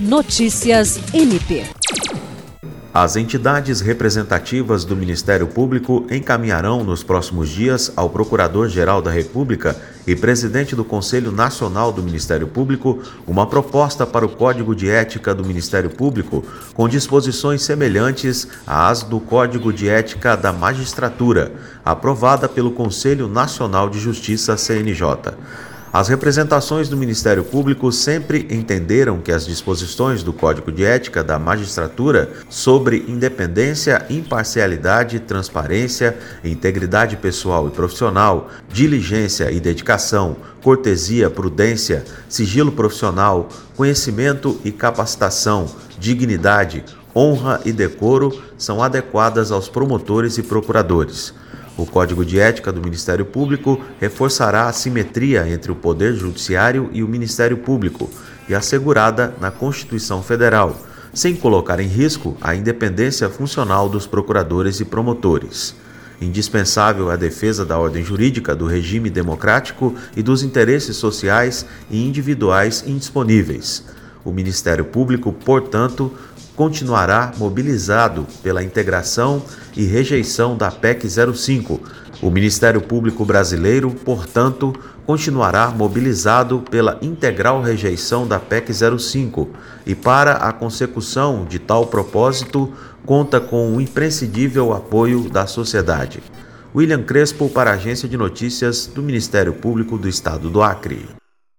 Notícias MP. As entidades representativas do Ministério Público encaminharão nos próximos dias ao Procurador-Geral da República e presidente do Conselho Nacional do Ministério Público uma proposta para o Código de Ética do Ministério Público com disposições semelhantes às do Código de Ética da Magistratura, aprovada pelo Conselho Nacional de Justiça (CNJ). As representações do Ministério Público sempre entenderam que as disposições do Código de Ética da Magistratura sobre independência, imparcialidade, transparência, integridade pessoal e profissional, diligência e dedicação, cortesia, prudência, sigilo profissional, conhecimento e capacitação, dignidade, honra e decoro são adequadas aos promotores e procuradores. O Código de Ética do Ministério Público reforçará a simetria entre o Poder Judiciário e o Ministério Público e assegurada na Constituição Federal, sem colocar em risco a independência funcional dos procuradores e promotores. Indispensável a defesa da ordem jurídica, do regime democrático e dos interesses sociais e individuais indisponíveis. O Ministério Público, portanto, continuará mobilizado pela integração e rejeição da PEC 05. O Ministério Público brasileiro, portanto, continuará mobilizado pela integral rejeição da PEC 05 e para a consecução de tal propósito conta com o imprescindível apoio da sociedade. William Crespo para a Agência de Notícias do Ministério Público do Estado do Acre.